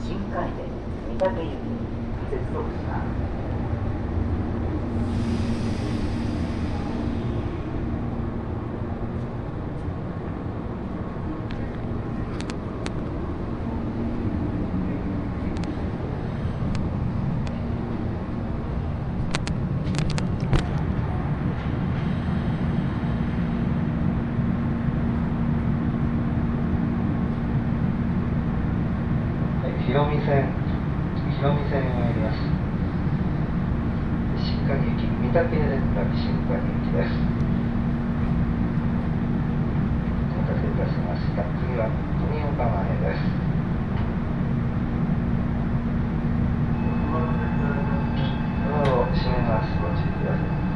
新幹線御嶽行き接続します。 広見線に参ります。新蟹行き御嶽連絡新蟹行きです。お待たせいたしました。次は富岡前です。ドアを閉めます。ご注意ください。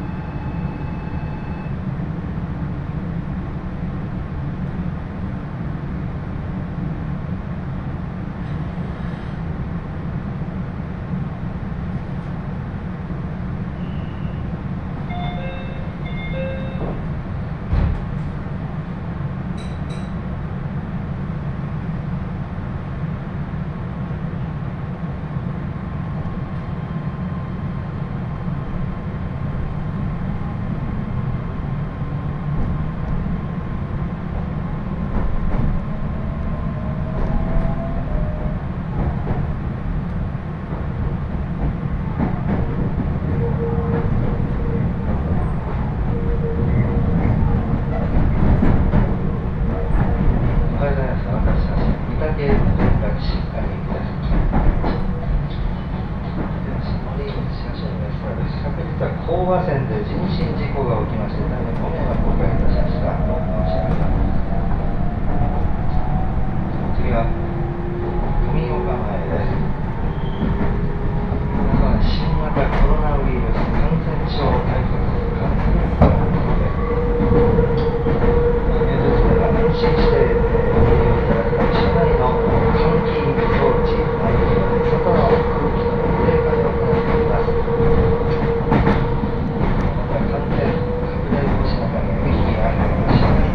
飽和線で人身事故が起きまして、大変ご迷惑をおかけいたしました。申し上げます。次は富岡前です。皆さん、新型コロナウイルス感染症対策関係ということで、入場者が安心してご利用いただくため、車内の換気装置、内外の空気の入れ替えを行っております。感染拡大防止のため、駅にある車内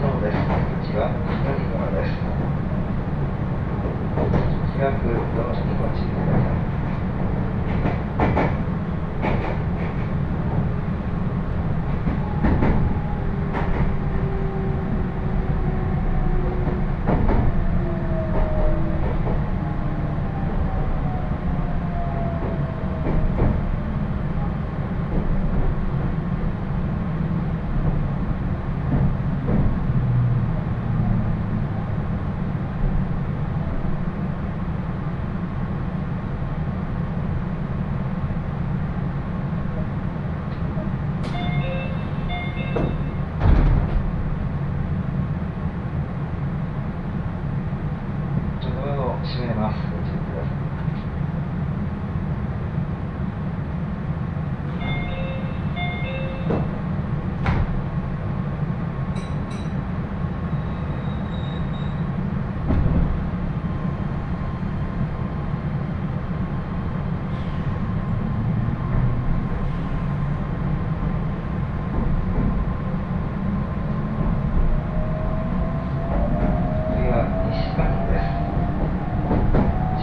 のです。口は左側です。開くドアにご注意ください。閉めます。ご注意ください。次は西館です。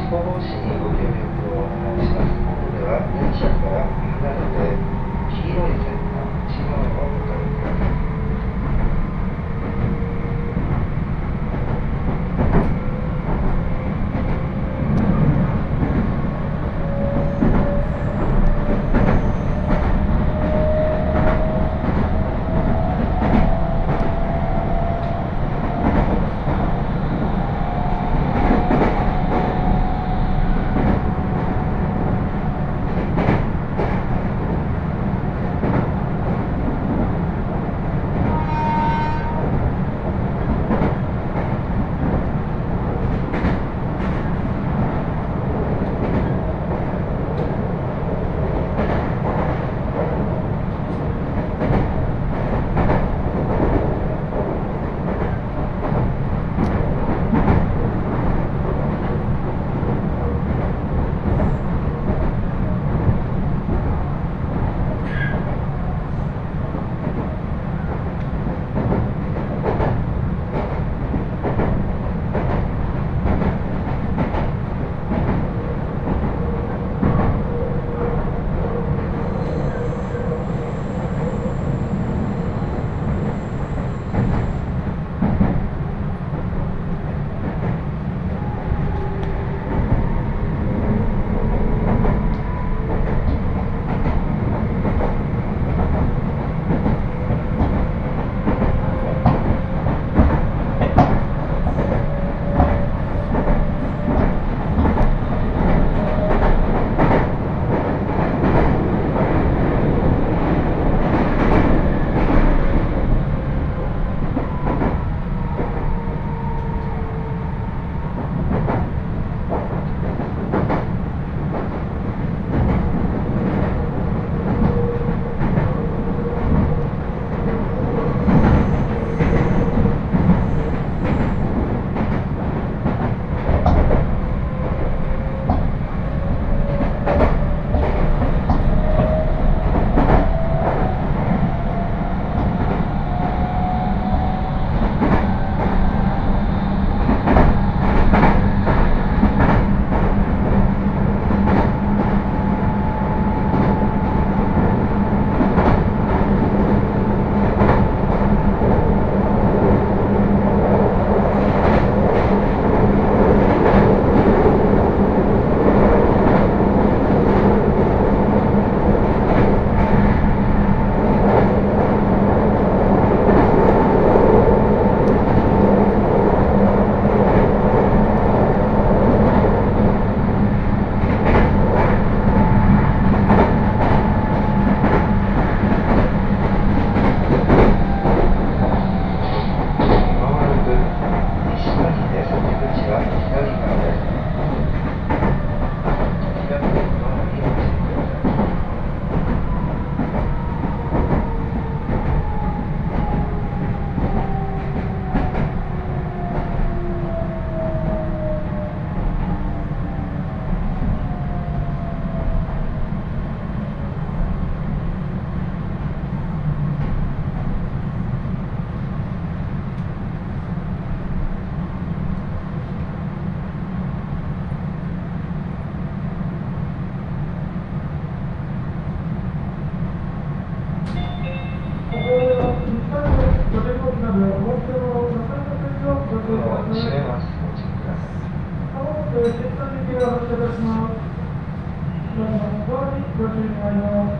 閉めます。ご注意ください。 まもなく出発機が発車いたします。どうぞドアにご注意願います。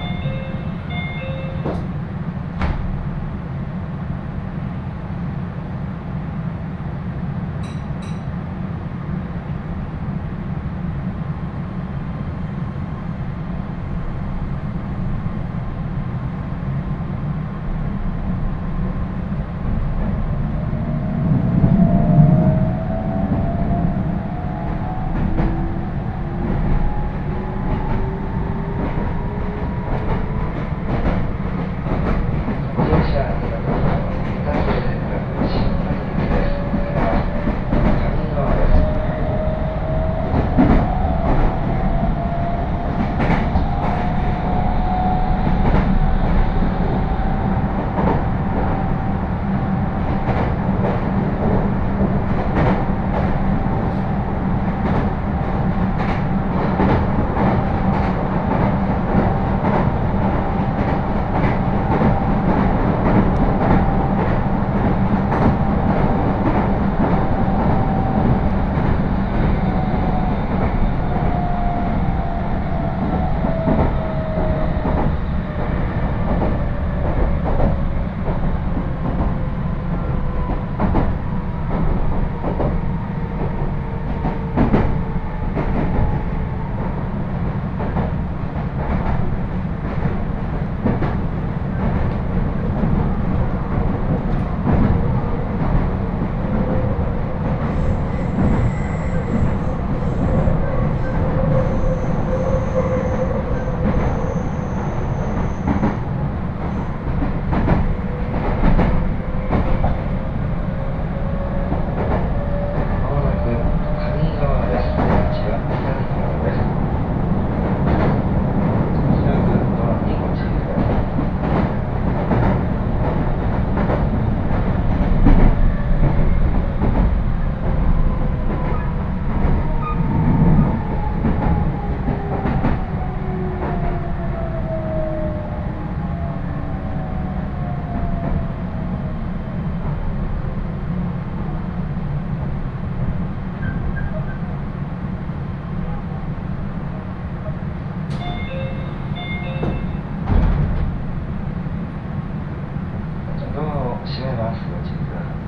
閉めます。ご注意ください。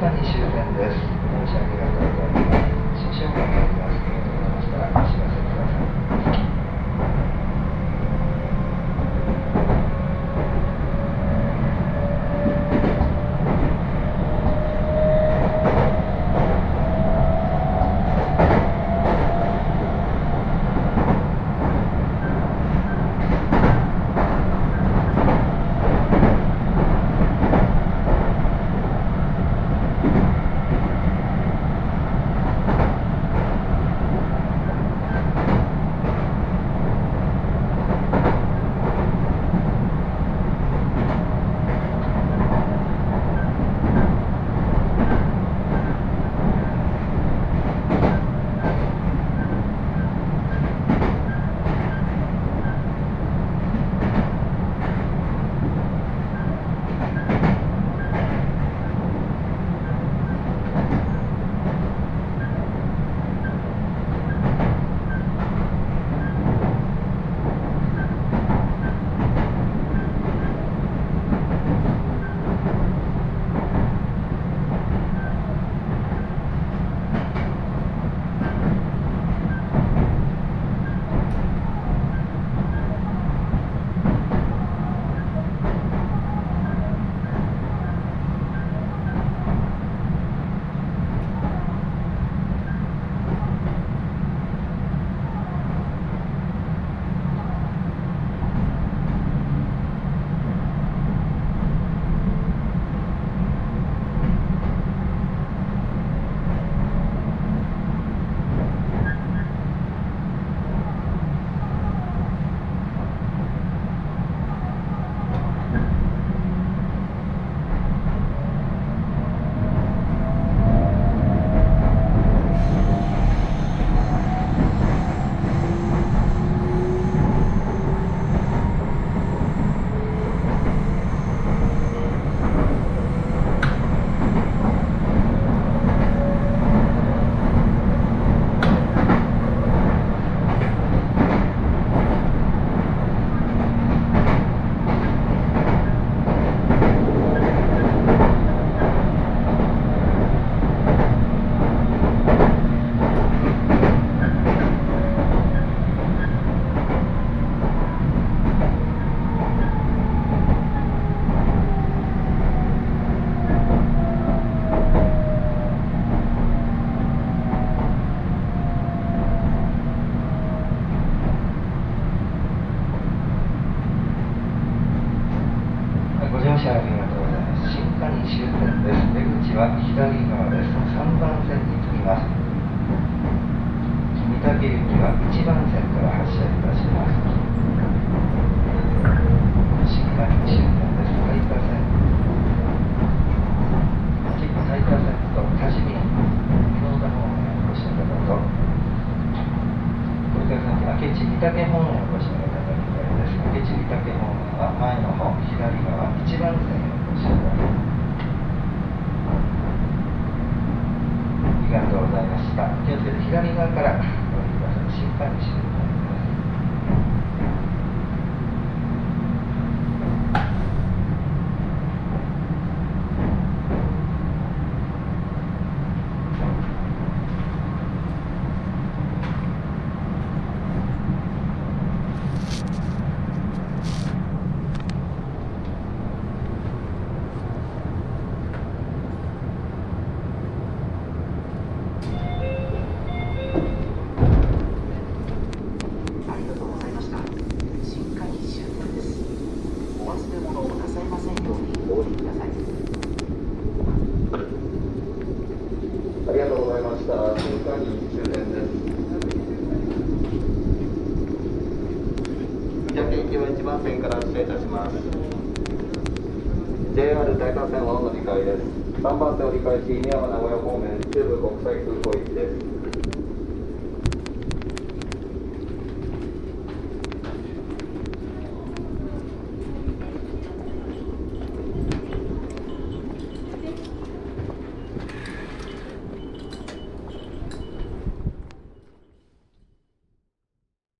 華に終点です。申し訳ありがとうございます。新車が参ります。ましたらお知らせください。車ありがとうございます。新加に終点です。出口は左側です。3番線に着きます。御嶽行きは1番線から発車いたします。新加に終点です。最下線。最下線と多治見、京田方面へお越しの方と、これから先、明智御嶽方面へお越しの方みたいです。明智御嶽方面は前の方、左側、1番線へお越しください。ありがとうございました。気をつけて左側からお降りください。新加に終点です。 ありがとうございました。新加に終点です。御嶽行きは1番線から発車いたします。JR 大河線はお乗り換えです。3番線折り返し、宮山名古屋方面、中部国際空港行きです。